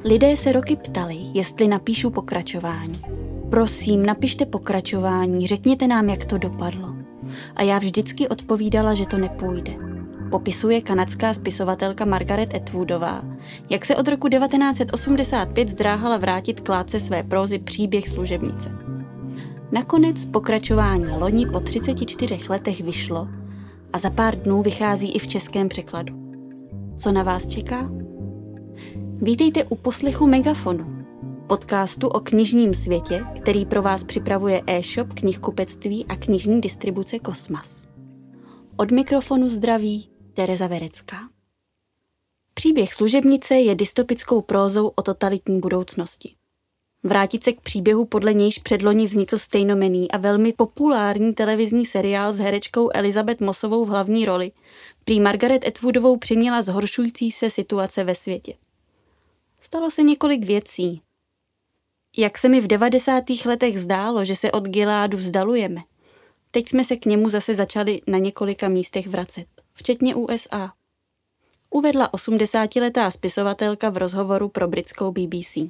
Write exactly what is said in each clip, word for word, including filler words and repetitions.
Lidé se roky ptali, jestli napíšu pokračování. Prosím, napište pokračování, řekněte nám, jak to dopadlo. A já vždycky odpovídala, že to nepůjde. Popisuje kanadská spisovatelka Margaret Atwoodová, jak se od roku devatenáct set osmdesát pět zdráhala vrátit k látce své prózy Příběh služebnice. Nakonec pokračování loni po třiceti čtyřech letech vyšlo a za pár dnů vychází i v českém překladu. Co na vás čeká? Vítejte u poslechu Megafonu, podcastu o knižním světě, který pro vás připravuje e-shop, knihkupectví a knižní distribuce Kosmas. Od mikrofonu zdraví Tereza Verecká. Příběh služebnice je dystopickou prózou o totalitní budoucnosti. Vrátit se k příběhu, podle nějž předloni vznikl stejnojmenný a velmi populární televizní seriál s herečkou Elizabeth Mossovou v hlavní roli, prý Margaret Atwoodovou přiměla zhoršující se situace ve světě. Stalo se několik věcí. Jak se mi v devadesátých letech zdálo, že se od Gileadu vzdalujeme, teď jsme se k němu zase začali na několika místech vracet, včetně U S A. Uvedla osmdesátiletá spisovatelka v rozhovoru pro britskou B B C.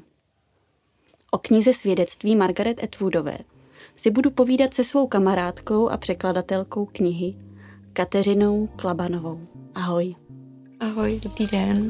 O knize svědectví Margaret Atwoodové si budu povídat se svou kamarádkou a překladatelkou knihy Kateřinou Klabanovou. Ahoj. Ahoj, dobrý den.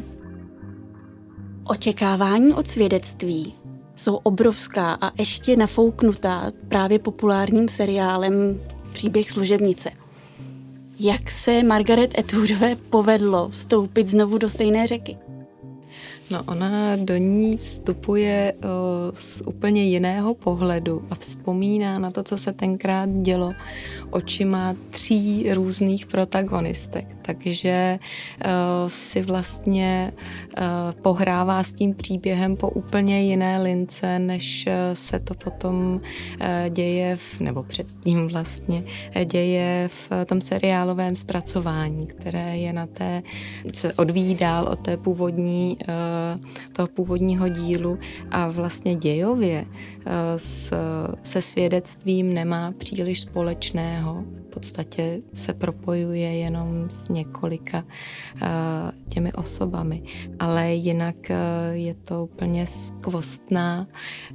Očekávání od svědectví jsou obrovská a ještě nafouknutá právě populárním seriálem Příběh služebnice. Jak se Margaret Atwoodové povedlo vstoupit znovu do stejné řeky? No, ona do ní vstupuje o, z úplně jiného pohledu a vzpomíná na to, co se tenkrát dělo očima tří různých protagonistek. Takže o, si vlastně o, pohrává s tím příběhem po úplně jiné lince, než se to potom o, děje, v, nebo předtím vlastně, děje v tom seriálovém zpracování, které je na té, se odvíjí dál od té původní o, toho původního dílu a vlastně dějově s, se svědectvím nemá příliš společného. V podstatě se propojuje jenom s několika těmi osobami. Ale jinak je to úplně skvostná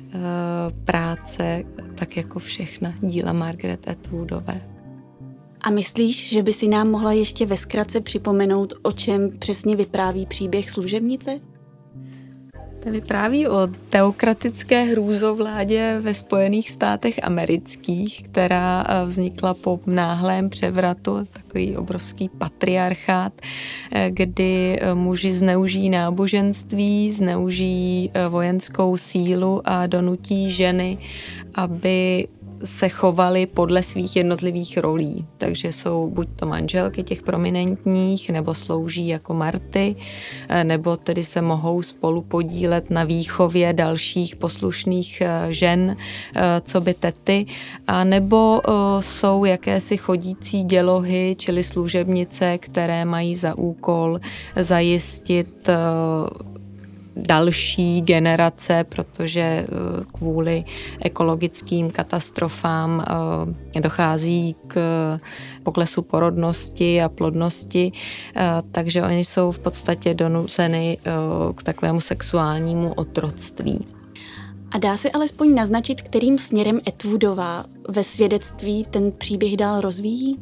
práce, tak jako všechna díla Margaret Atwoodové. A myslíš, že by si nám mohla ještě ve zkratce připomenout, o čem přesně vypráví příběh služebnice? To vypráví o teokratické hrůzovládě ve Spojených státech amerických, která vznikla po náhlém převratu, takový obrovský patriarchát, kdy muži zneužijí náboženství, zneužijí vojenskou sílu a donutí ženy, aby se chovali podle svých jednotlivých rolí. Takže jsou buď to manželky těch prominentních, nebo slouží jako Marty, nebo tedy se mohou spolu podílet na výchově dalších poslušných žen, co by tety, a nebo jsou jakési chodící dělohy, čili služebnice, které mají za úkol zajistit další generace, protože kvůli ekologickým katastrofám dochází k poklesu porodnosti a plodnosti, takže oni jsou v podstatě donuceni k takovému sexuálnímu otroctví. A dá se alespoň naznačit, kterým směrem Atwoodová ve svědectví ten příběh dál rozvíjí?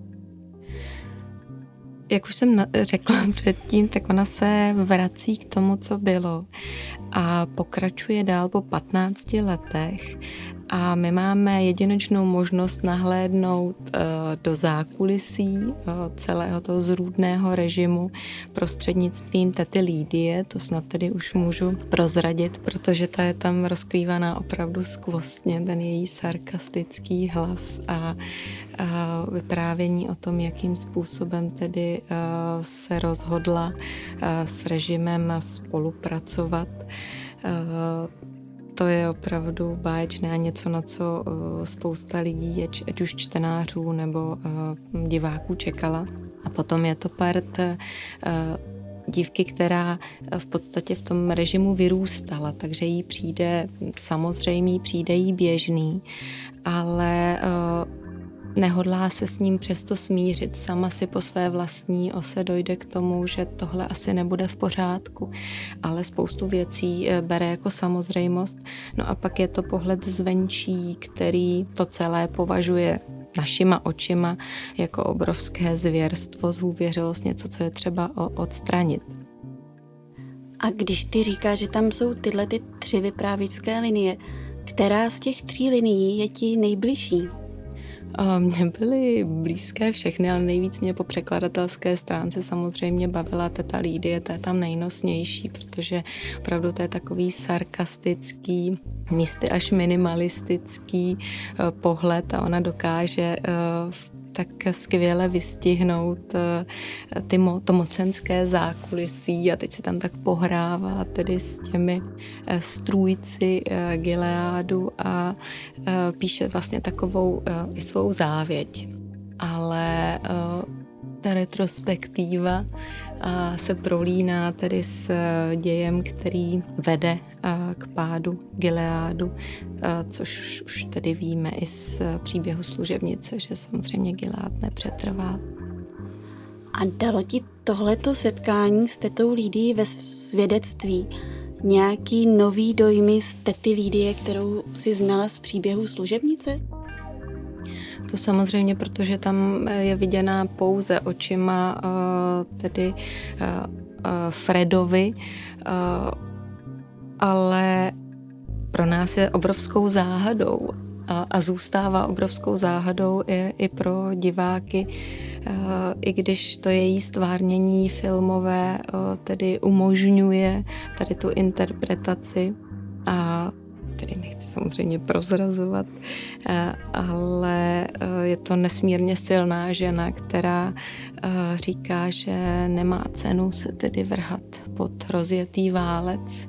Jak už jsem řekla předtím, tak ona se vrací k tomu, co bylo a pokračuje dál po patnácti letech a my máme jedinečnou možnost nahlédnout uh, do zákulisí uh, celého toho zrůdného režimu prostřednictvím tety Lídie, to snad tedy už můžu prozradit, protože ta je tam rozkrývaná opravdu skvostně, ten její sarkastický hlas a, a vyprávění o tom, jakým způsobem tedy uh, se rozhodla uh, s režimem spolupracovat. Uh, To je opravdu báječné a něco, na co uh, spousta lidí, ať už čtenářů nebo uh, diváků čekala. A potom je to part uh, dívky, která v podstatě v tom režimu vyrůstala, takže jí přijde samozřejmý, přijde jí běžný, ale uh, nehodlá se s ním přesto smířit. Sama si po své vlastní ose dojde k tomu, že tohle asi nebude v pořádku, ale spoustu věcí bere jako samozřejmost. No a pak je to pohled zvenčí, který to celé považuje našima očima jako obrovské zvěrstvo, zhůvěřilost, něco, co je třeba odstranit. A když ty říkáš, že tam jsou tyhle ty tři vyprávěčské linie, která z těch tří linií je ti nejbližší? Mně byly blízké všechny, ale nejvíc mě po překladatelské stránce samozřejmě bavila teta Lídie, ta je tam nejnosnější, protože opravdu to je takový sarkastický, místy až minimalistický pohled a ona dokáže tak skvěle vystihnout ty mo- to mocenské zákulisí a teď se tam tak pohrává tedy s těmi strůjci Gileádu a píše vlastně takovou i svou závěť. Ale ta retrospektiva se prolíná tedy s dějem, který vede k pádu Gileádu, což už tedy víme i z příběhu služebnice, že samozřejmě Gileád nepřetrvá. A dalo ti tohleto setkání s tetou Lídií ve svědectví nějaký nový dojmy z tety Lídie, kterou si znala z příběhu služebnice? To samozřejmě, protože tam je viděná pouze očima tedy Fredovi, ale pro nás je obrovskou záhadou a, a zůstává obrovskou záhadou i, i pro diváky, i když to její stvárnění filmové tedy umožňuje tady tu interpretaci a tedy nechci samozřejmě prozrazovat, ale je to nesmírně silná žena, která říká, že nemá cenu se tedy vrhat pod rozjetý válec,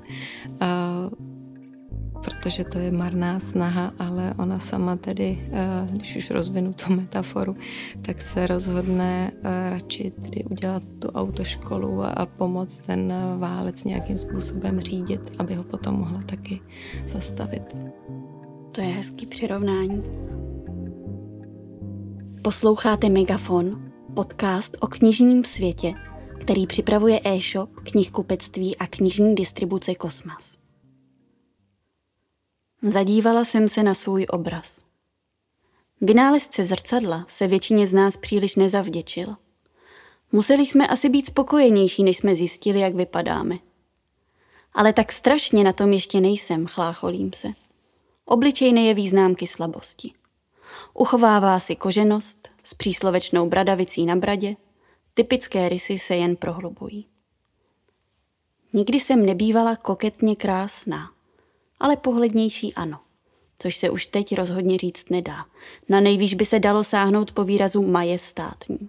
protože to je marná snaha, ale ona sama tedy, když už rozvinu tu metaforu, tak se rozhodne radši tedy udělat tu autoškolu a pomoct ten válec nějakým způsobem řídit, aby ho potom mohla taky zastavit. To je hezký přirovnání. Posloucháte Megafon, podcast o knižním světě, který připravuje e-shop, knihkupectví a knižní distribuce Kosmas. Zadívala jsem se na svůj obraz. Vynálezce zrcadla se většině z nás příliš nezavděčil. Museli jsme asi být spokojenější, než jsme zjistili, jak vypadáme. Ale tak strašně na tom ještě nejsem, chlácholím se. Obličej nejeví známky slabosti. Uchovává si koženost s příslovečnou bradavicí na bradě, typické rysy se jen prohlubují. Nikdy jsem nebývala koketně krásná, ale pohlednější ano, což se už teď rozhodně říct nedá. Na nejvýš by se dalo sáhnout po výrazu majestátní.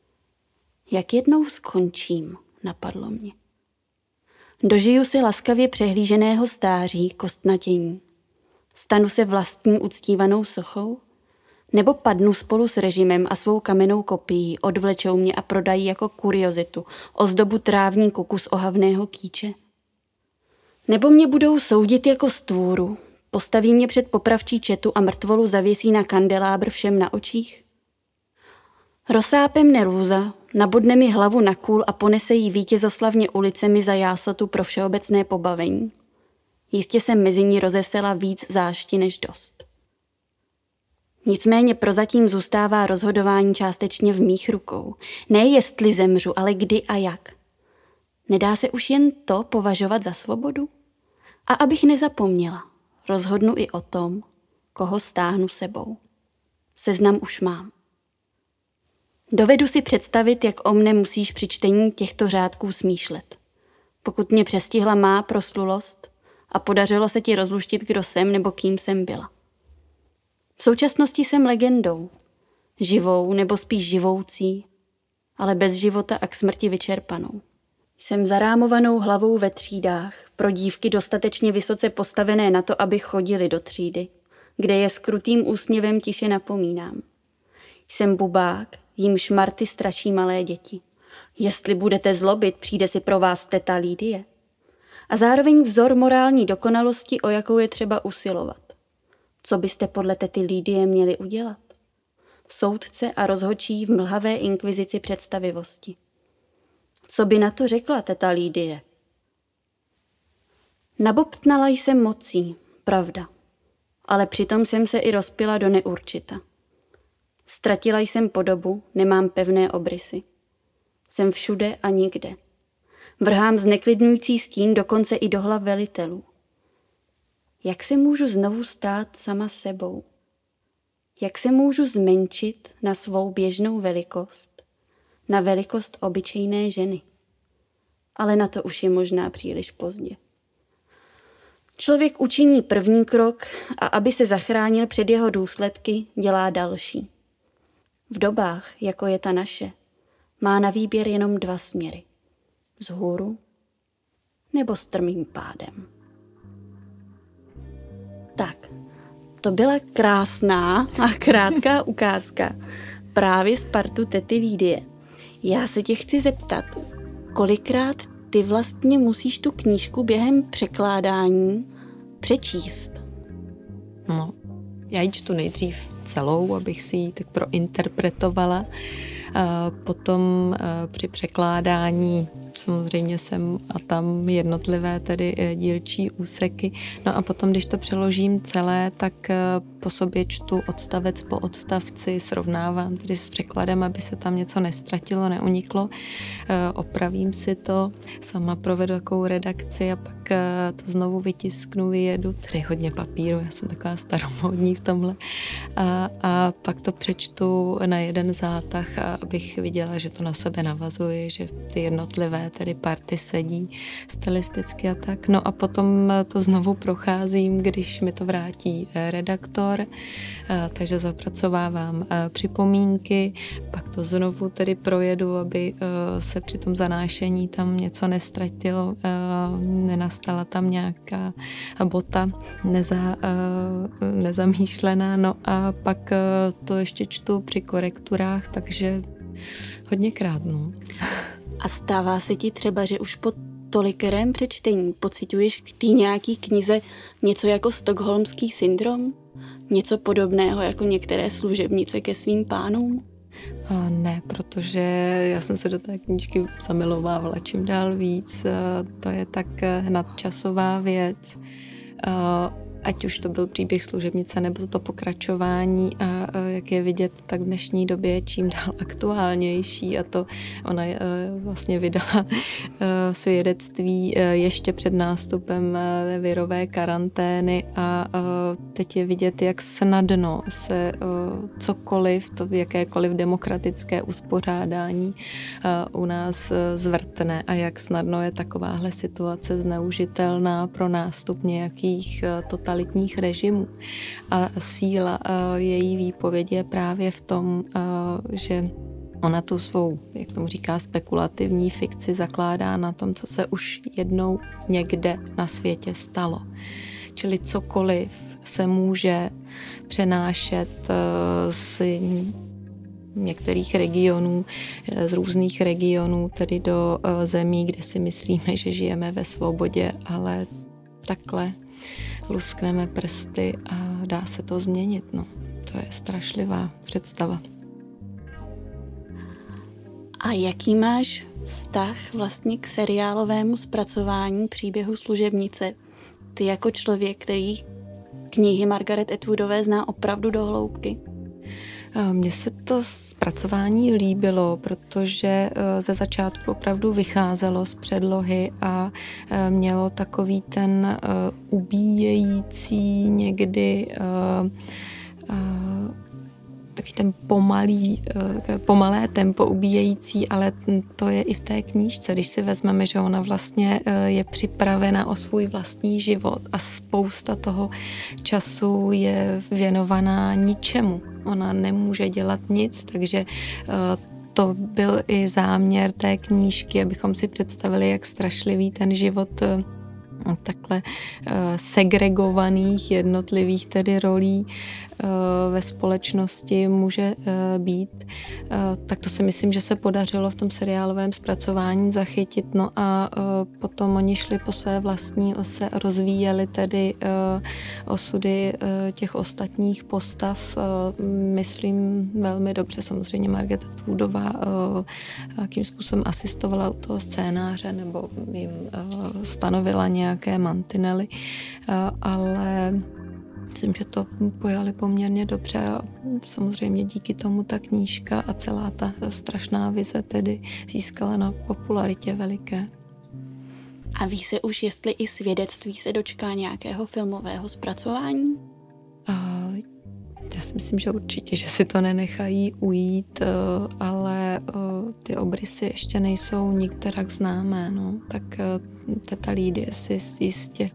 Jak jednou skončím, napadlo mě. Dožiju si laskavě přehlíženého stáří, kostnatění. Stanu se vlastní uctívanou sochou? Nebo padnu spolu s režimem a svou kamennou kopií, odvlečou mě a prodají jako kuriozitu, ozdobu trávníku kus ohavného kýče? Nebo mě budou soudit jako stvůru, postaví mě před popravčí četu a mrtvolu zavěsí na kandelábr všem na očích? Rozsápe mne lůza, nabodne mi hlavu na kůl a ponese jí vítězoslavně ulicemi za jásotu pro všeobecné pobavení. Jistě jsem mezi ní rozesela víc zášti než dost. Nicméně prozatím zůstává rozhodování částečně v mých rukou. Ne jestli zemřu, ale kdy a jak. Nedá se už jen to považovat za svobodu? A abych nezapomněla, rozhodnu i o tom, koho stáhnu sebou. Seznam už mám. Dovedu si představit, jak o mne musíš při čtení těchto řádků smýšlet. Pokud mě přestihla má proslulost a podařilo se ti rozluštit, kdo jsem nebo kým jsem byla. V současnosti jsem legendou, živou nebo spíš živoucí, ale bez života a k smrti vyčerpanou. Jsem zarámovanou hlavou ve třídách, pro dívky dostatečně vysoce postavené na to, aby chodili do třídy, kde je s krutým úsměvem tiše napomínám. Jsem bubák, jímž Marty straší malé děti. Jestli budete zlobit, přijde si pro vás teta Lídie. A zároveň vzor morální dokonalosti, o jakou je třeba usilovat. Co byste podle tety Lídie měli udělat? soudce a rozhodčí v mlhavé inkvizici představivosti. Co by na to řekla teta Lídie? Nabobtnala jsem mocí, pravda, ale přitom jsem se i rozpila do neurčita. Ztratila jsem podobu, nemám pevné obrysy. Jsem všude a nikde. Vrhám zneklidňující stín dokonce i do hlav velitelů. Jak se můžu znovu stát sama sebou? Jak se můžu zmenšit na svou běžnou velikost, na velikost obyčejné ženy? Ale na to už je možná příliš pozdě. Člověk učiní první krok a aby se zachránil před jeho důsledky, dělá další. V dobách, jako je ta naše, má na výběr jenom dva směry. Vzhůru nebo strmým pádem. Tak, to byla krásná a krátká ukázka právě z partu tety Lídie. Já se tě chci zeptat, kolikrát ty vlastně musíš tu knížku během překládání přečíst? No, já ji čtu nejdřív celou, abych si ji tak prointerpretovala. Potom při překládání samozřejmě jsem a tam jednotlivé tedy dílčí úseky. No a potom, když to přeložím celé, tak po sobě čtu odstavec po odstavci, srovnávám tedy s překladem, aby se tam něco nestratilo, neuniklo. Opravím si to, sama provedu takovou redakci a pak to znovu vytisknu, vyjedu. Tady hodně papíru, já jsem taková staromódní v tomhle. A, a pak to přečtu na jeden zátah, abych viděla, že to na sebe navazuje, že ty jednotlivé tedy party sedí stylisticky a tak. No a potom to znovu procházím, když mi to vrátí redaktor, takže zapracovávám připomínky, pak to znovu tedy projedu, aby se při tom zanášení tam něco nestratilo, nenastala tam nějaká bota neza, nezamýšlená. No a pak to ještě čtu při korekturách, takže hodněkrát, no. A stává se ti třeba, že už po tolikerém přečtení pociťuješ k té nějaký knize něco jako stockholmský syndrom? Něco podobného jako některé služebnice ke svým pánům? A ne, protože já jsem se do té knížky zamilovávala čím dál víc. To je tak nadčasová věc. Ať už to byl příběh služebnice nebo to pokračování a jak je vidět, tak v dnešní době je čím dál aktuálnější a to ona vlastně vydala svědectví ještě před nástupem virové karantény a teď je vidět, jak snadno se cokoliv, to jakékoliv demokratické uspořádání u nás zvrtne a jak snadno je takováhle situace zneužitelná pro nástup nějakých totalitních režimů. A síla její výpovědi je právě v tom, že ona tu svou, jak tomu říká, spekulativní fikci zakládá na tom, co se už jednou někde na světě stalo. Čili cokoliv se může přenášet z některých regionů, z různých regionů, tedy do zemí, kde si myslíme, že žijeme ve svobodě, ale takhle luskneme prsty a dá se to změnit. No, to je strašlivá představa. A jaký máš vztah vlastně k seriálovému zpracování příběhu služebnice? Ty jako člověk, který knihy Margaret Atwoodové zná opravdu do hloubky. Mně se to zpracování líbilo, protože ze začátku opravdu vycházelo z předlohy a mělo takový ten ubíjející někdy takový ten pomalý, pomalé tempo ubíjející, ale to je i v té knížce, když si vezmeme, že ona vlastně je připravena o svůj vlastní život a spousta toho času je věnovaná ničemu. Ona nemůže dělat nic, takže to byl i záměr té knížky, abychom si představili, jak strašlivý ten život takhle segregovaných jednotlivých tedy rolí ve společnosti může být, tak to si myslím, že se podařilo v tom seriálovém zpracování zachytit. No a potom oni šli po své vlastní ose, rozvíjeli tedy osudy těch ostatních postav, myslím velmi dobře. Samozřejmě Margaret Atwoodová jakým způsobem asistovala u toho scénáře nebo jim stanovila nějaké mantinely, ale myslím, že to pojali poměrně dobře a samozřejmě díky tomu ta knížka a celá ta strašná vize tedy získala na popularitě veliké. A ví se už, jestli i svědectví se dočká nějakého filmového zpracování? A já si myslím, že určitě, že si to nenechají ujít, ale ty obrysy ještě nejsou nikterak známé, no. Tak teta Lídie si jistě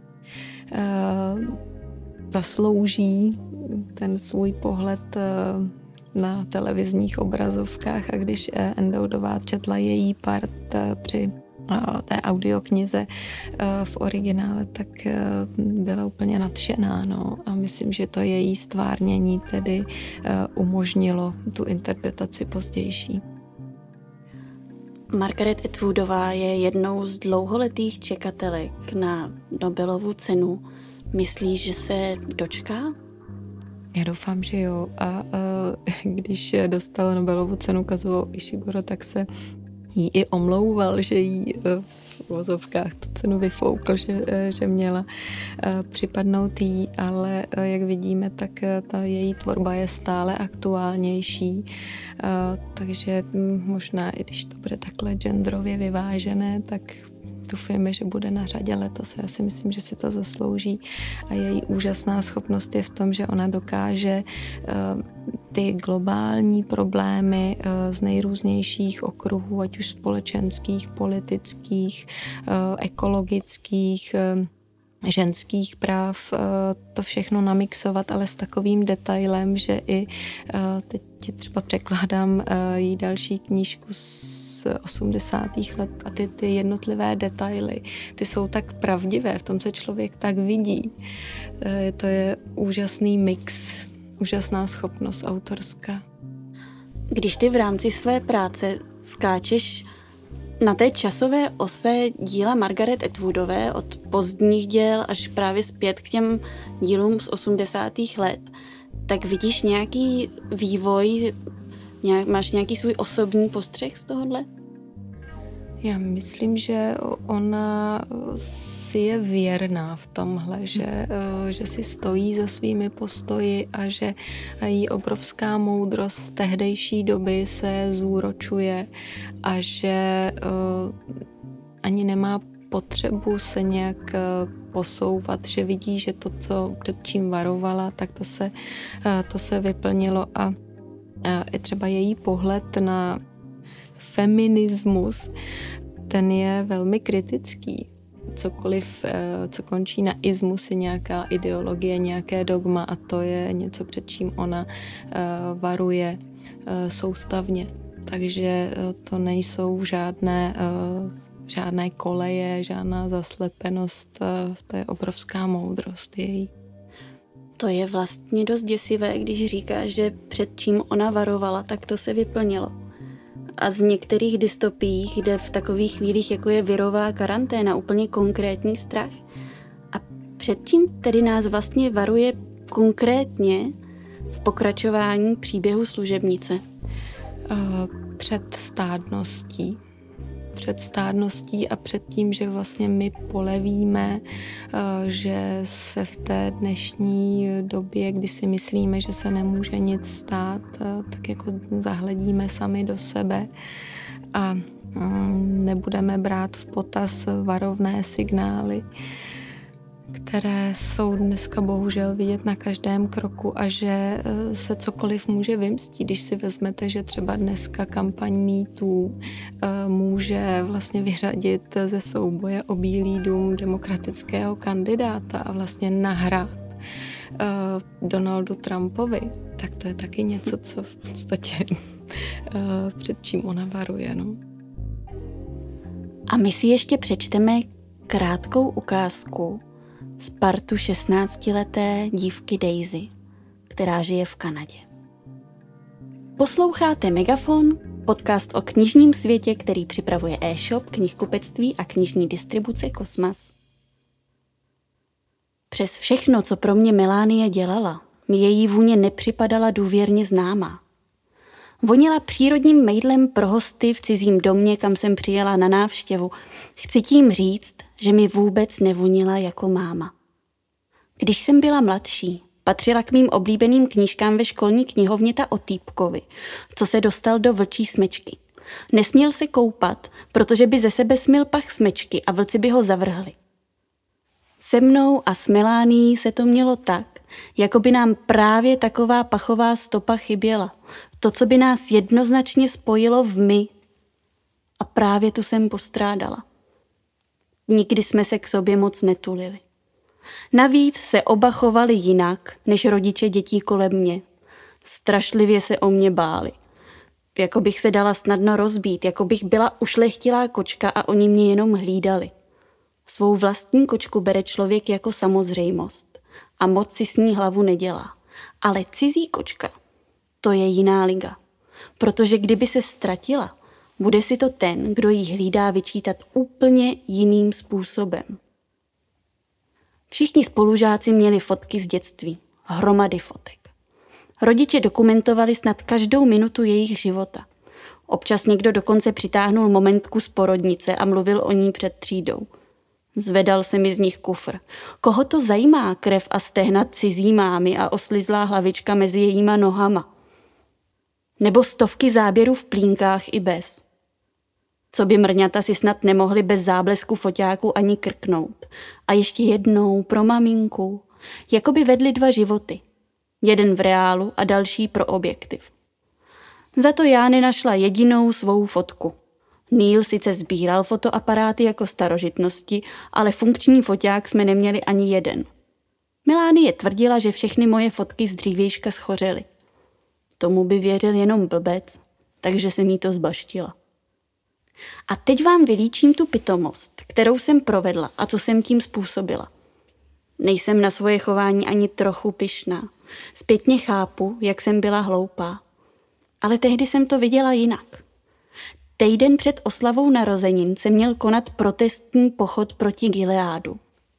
zaslouží ten svůj pohled na televizních obrazovkách a když Endoudová četla její part při té audioknize v originále, tak byla úplně nadšená, no. A myslím, že to její stvárnění tedy umožnilo tu interpretaci pozdější. Margaret Atwoodová je jednou z dlouholetých čekatelek na Nobelovu cenu. Myslíš, že se dočká? Já doufám, že jo. A, a když dostala Nobelovu cenu Kazuo Ishiguro, tak se jí i omlouval, že jí v uvozovkách tu cenu vyfoukl, že, že měla připadnout jí, ale jak vidíme, tak ta její tvorba je stále aktuálnější, takže možná, i když to bude takhle genderově vyvážené, tak doufujeme, že bude na řadě letos. Já si myslím, že si to zaslouží a její úžasná schopnost je v tom, že ona dokáže ty globální problémy z nejrůznějších okruhů, ať už společenských, politických, ekologických, ženských práv, to všechno namixovat, ale s takovým detailem, že i teď třeba překládám jí další knížku z osmdesátých let a ty, ty jednotlivé detaily, ty jsou tak pravdivé, v tom se člověk tak vidí. To je úžasný mix, úžasná schopnost autorská. Když ty v rámci své práce skáčeš na té časové ose díla Margaret Atwoodové od pozdních děl až právě zpět k těm dílům z osmdesátých let, tak vidíš nějaký vývoj, nějak, máš nějaký svůj osobní postřeh z tohohle? Já myslím, že ona si je věrná v tomhle, že, že si stojí za svými postoji a že její obrovská moudrost tehdejší doby se zúročuje a že ani nemá potřebu se nějak posouvat, že vidí, že to, co před čím varovala, tak to se, to se vyplnilo a i třeba její pohled na feminismus, ten je velmi kritický. Cokoliv, co končí na ismus, je nějaká ideologie, nějaké dogma a to je něco, před čím ona varuje soustavně. Takže to nejsou žádné, žádné koleje, žádná zaslepenost, to je obrovská moudrost její. To je vlastně dost děsivé, když říkáš, že před čím ona varovala, tak to se vyplnilo. A z některých dystopií jde v takových chvílích, jako je virová karanténa, úplně konkrétní strach. A před čím tedy nás vlastně varuje konkrétně v pokračování příběhu Služebnice? Před stádností. Před stádností a před tím, že vlastně my polevíme, že se v té dnešní době, kdy si myslíme, že se nemůže nic stát, tak jako zahledíme sami do sebe a nebudeme brát v potaz varovné signály, které jsou dneska bohužel vidět na každém kroku a že se cokoliv může vymstít. Když si vezmete, že třeba dneska kampaň MeToo může vlastně vyřadit ze souboje o Bílý dům demokratického kandidáta a vlastně nahrát Donaldu Trumpovi, tak to je taky něco, co v podstatě před čím ona varuje. No. A my si ještě přečteme krátkou ukázku z partu šestnáctileté dívky Daisy. která žije v Kanadě. Posloucháte Megafon, podcast o knižním světě, který připravuje e-shop, knihkupectví a knižní distribuce Kosmas. Přes všechno, co pro mě Melanie dělala, mi její vůně nepřipadala důvěrně známá. Vonila přírodním mejdlem pro hosty v cizím domě, kam jsem přijela na návštěvu. Chci tím říct, že mi vůbec nevonila jako máma. Když jsem byla mladší, patřila k mým oblíbeným knížkám ve školní knihovně ta o týpkovi, co se dostal do vlčí smečky. Nesměl se koupat, protože by ze sebe smyl pach smečky a vlci by ho zavrhli. Se mnou a s Melánií se to mělo tak, jako by nám právě taková pachová stopa chyběla. To, co by nás jednoznačně spojilo v my. A právě tu jsem postrádala. Nikdy jsme se k sobě moc netulili. Navíc se oba chovali jinak, než rodiče dětí kolem mě. Strašlivě se o mě báli. Jako bych se dala snadno rozbít, jako bych byla ušlechtilá kočka a oni mě jenom hlídali. Svou vlastní kočku bere člověk jako samozřejmost a moc si s ní hlavu nedělá. Ale cizí kočka, to je jiná liga. Protože kdyby se ztratila, bude si to ten, kdo jí hlídá, vyčítat úplně jiným způsobem. Všichni spolužáci měli fotky z dětství, hromady fotek. Rodiče dokumentovali snad každou minutu jejich života. Občas někdo dokonce přitáhnul momentku z porodnice a mluvil o ní před třídou. Zvedal se mi z nich kufr. Koho to zajímá krev a stehna cizí mámy a oslizlá hlavička mezi jejíma nohama? Nebo stovky záběrů v plínkách i bez. Co by mrňata si snad nemohli bez záblesku foťáku ani krknout. A ještě jednou pro maminku. Jako by vedli dva životy. Jeden v reálu a další pro objektiv. Za to já nenašla jedinou svou fotku. Neil sice sbíral fotoaparáty jako starožitnosti, ale funkční foťák jsme neměli ani jeden. Melanie tvrdila, že všechny moje fotky z dřívějška schořely. Tomu by věřil jenom blbec, takže jsem jí to zbaštila. A teď vám vylíčím tu pitomost, kterou jsem provedla a co jsem tím způsobila. Nejsem na svoje chování ani trochu pyšná. Zpětně chápu, jak jsem byla hloupá. Ale tehdy jsem to viděla jinak. Týden před oslavou narozenin se měl konat protestní pochod proti Gileádu.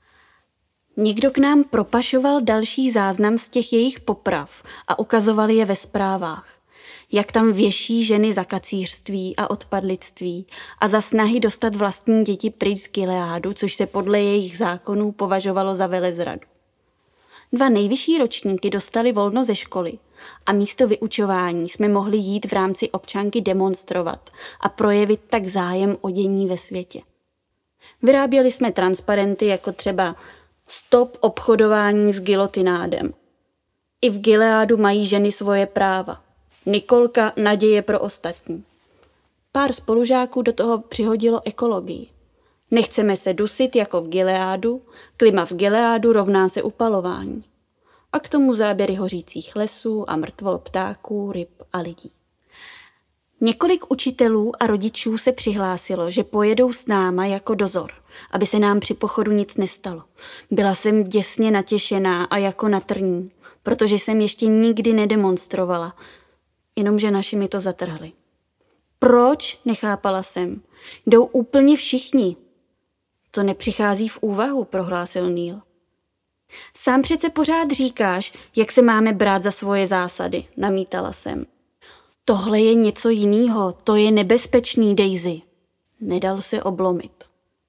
Někdo k nám propašoval další záznam z těch jejich poprav a ukazovali je ve zprávách. Jak tam věší ženy za kacířství a odpadlictví a za snahy dostat vlastní děti pryč z Gileádu, což se podle jejich zákonů považovalo za velezradu. Dva nejvyšší ročníky dostali volno ze školy a místo vyučování jsme mohli jít v rámci občanky demonstrovat a projevit tak zájem o dění ve světě. Vyráběli jsme transparenty jako třeba Stop obchodování s gilotinádem. I v Gileádu mají ženy svoje práva. Nikolka, naděje pro ostatní. Pár spolužáků do toho přihodilo ekologii. Nechceme se dusit jako v Gileádu, klima v Gileádu rovná se upalování. A k tomu záběry hořících lesů a mrtvol ptáků, ryb a lidí. Několik učitelů a rodičů se přihlásilo, že pojedou s náma jako dozor, aby se nám při pochodu nic nestalo. Byla jsem děsně natěšená a jako na trní, protože jsem ještě nikdy nedemonstrovala, jenomže naši mi to zatrhli. Proč? Nechápala jsem. Jdou úplně všichni. To nepřichází v úvahu, prohlásil Neil. Sám přece pořád říkáš, jak se máme brát za svoje zásady, namítala jsem. Tohle je něco jiného, to je nebezpečný, Daisy. Nedal se oblomit.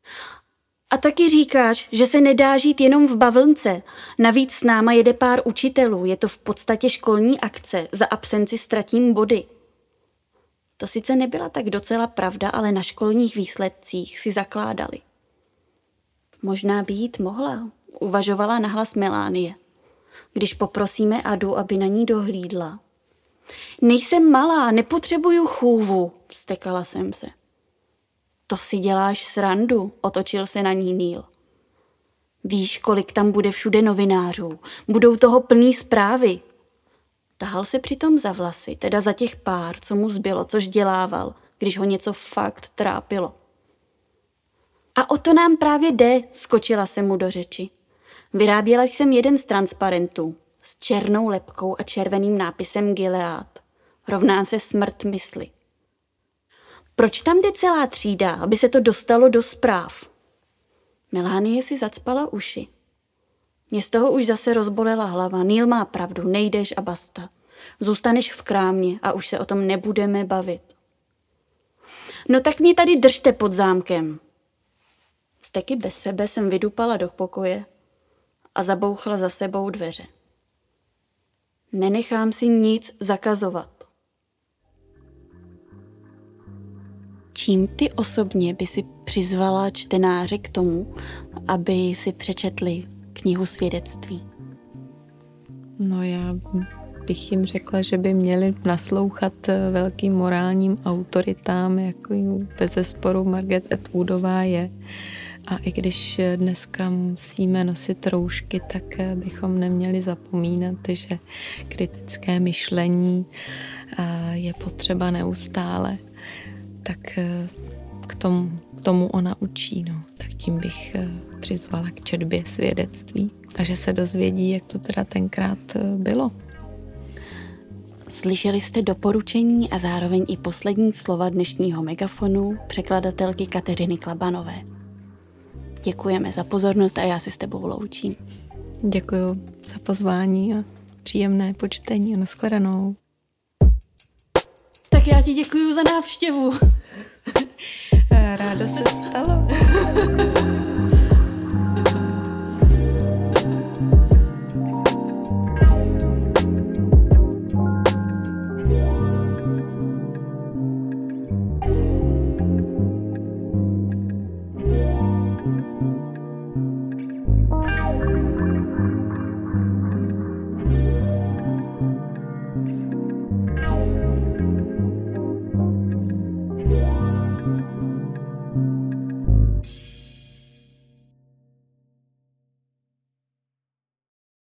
A taky říkáš, že se nedá žít jenom v bavlnce. Navíc s náma jede pár učitelů, je to v podstatě školní akce, za absenci ztratím body. To sice nebyla tak docela pravda, ale na školních výsledcích si zakládali. Možná by jít mohla, uvažovala nahlas Melanie. Když poprosíme Adu, aby na ní dohlídla. Nejsem malá, nepotřebuju chůvu, vztekala jsem se. To si děláš srandu, otočil se na ní Neil. Víš, kolik tam bude všude novinářů, budou toho plný zprávy. Tahal se přitom za vlasy, teda za těch pár, co mu zbylo, což dělával, když ho něco fakt trápilo. A o to nám právě jde, skočila se mu do řeči. Vyráběla jsem jeden z transparentů. s černou lebkou a červeným nápisem Gilead. Rovná se smrt mysli. Proč tam jde celá třída, aby se to dostalo do zpráv? Melanie si zacpala uši. Mě z toho už zase rozbolela hlava. Neil má pravdu, nejdeš a basta. Zůstaneš v krámě a už se o tom nebudeme bavit. No tak mě tady držte pod zámkem. Steky bez sebe jsem vydupala do pokoje a zabouchla za sebou dveře. Nenechám si nic zakazovat. Čím ty osobně by si přizvala čtenáře k tomu, aby si přečetli knihu svědectví? No já bych jim řekla, že by měli naslouchat velkým morálním autoritám, jako bezesporu Margaret Atwoodová je. A i když dneska musíme nosit roušky, tak bychom neměli zapomínat, že kritické myšlení je potřeba neustále. Tak k tomu, tomu ona učí. No. Tak tím bych přizvala k četbě svědectví. A že se dozvědí, jak to teda tenkrát bylo. Slyšeli jste doporučení a zároveň i poslední slova dnešního megafonu překladatelky Kateřiny Klabanové. Děkujeme za pozornost a já si s tebou loučím. Děkuju za pozvání a příjemné počtení a nashledanou. Tak já ti děkuju za návštěvu. Rádo se stalo.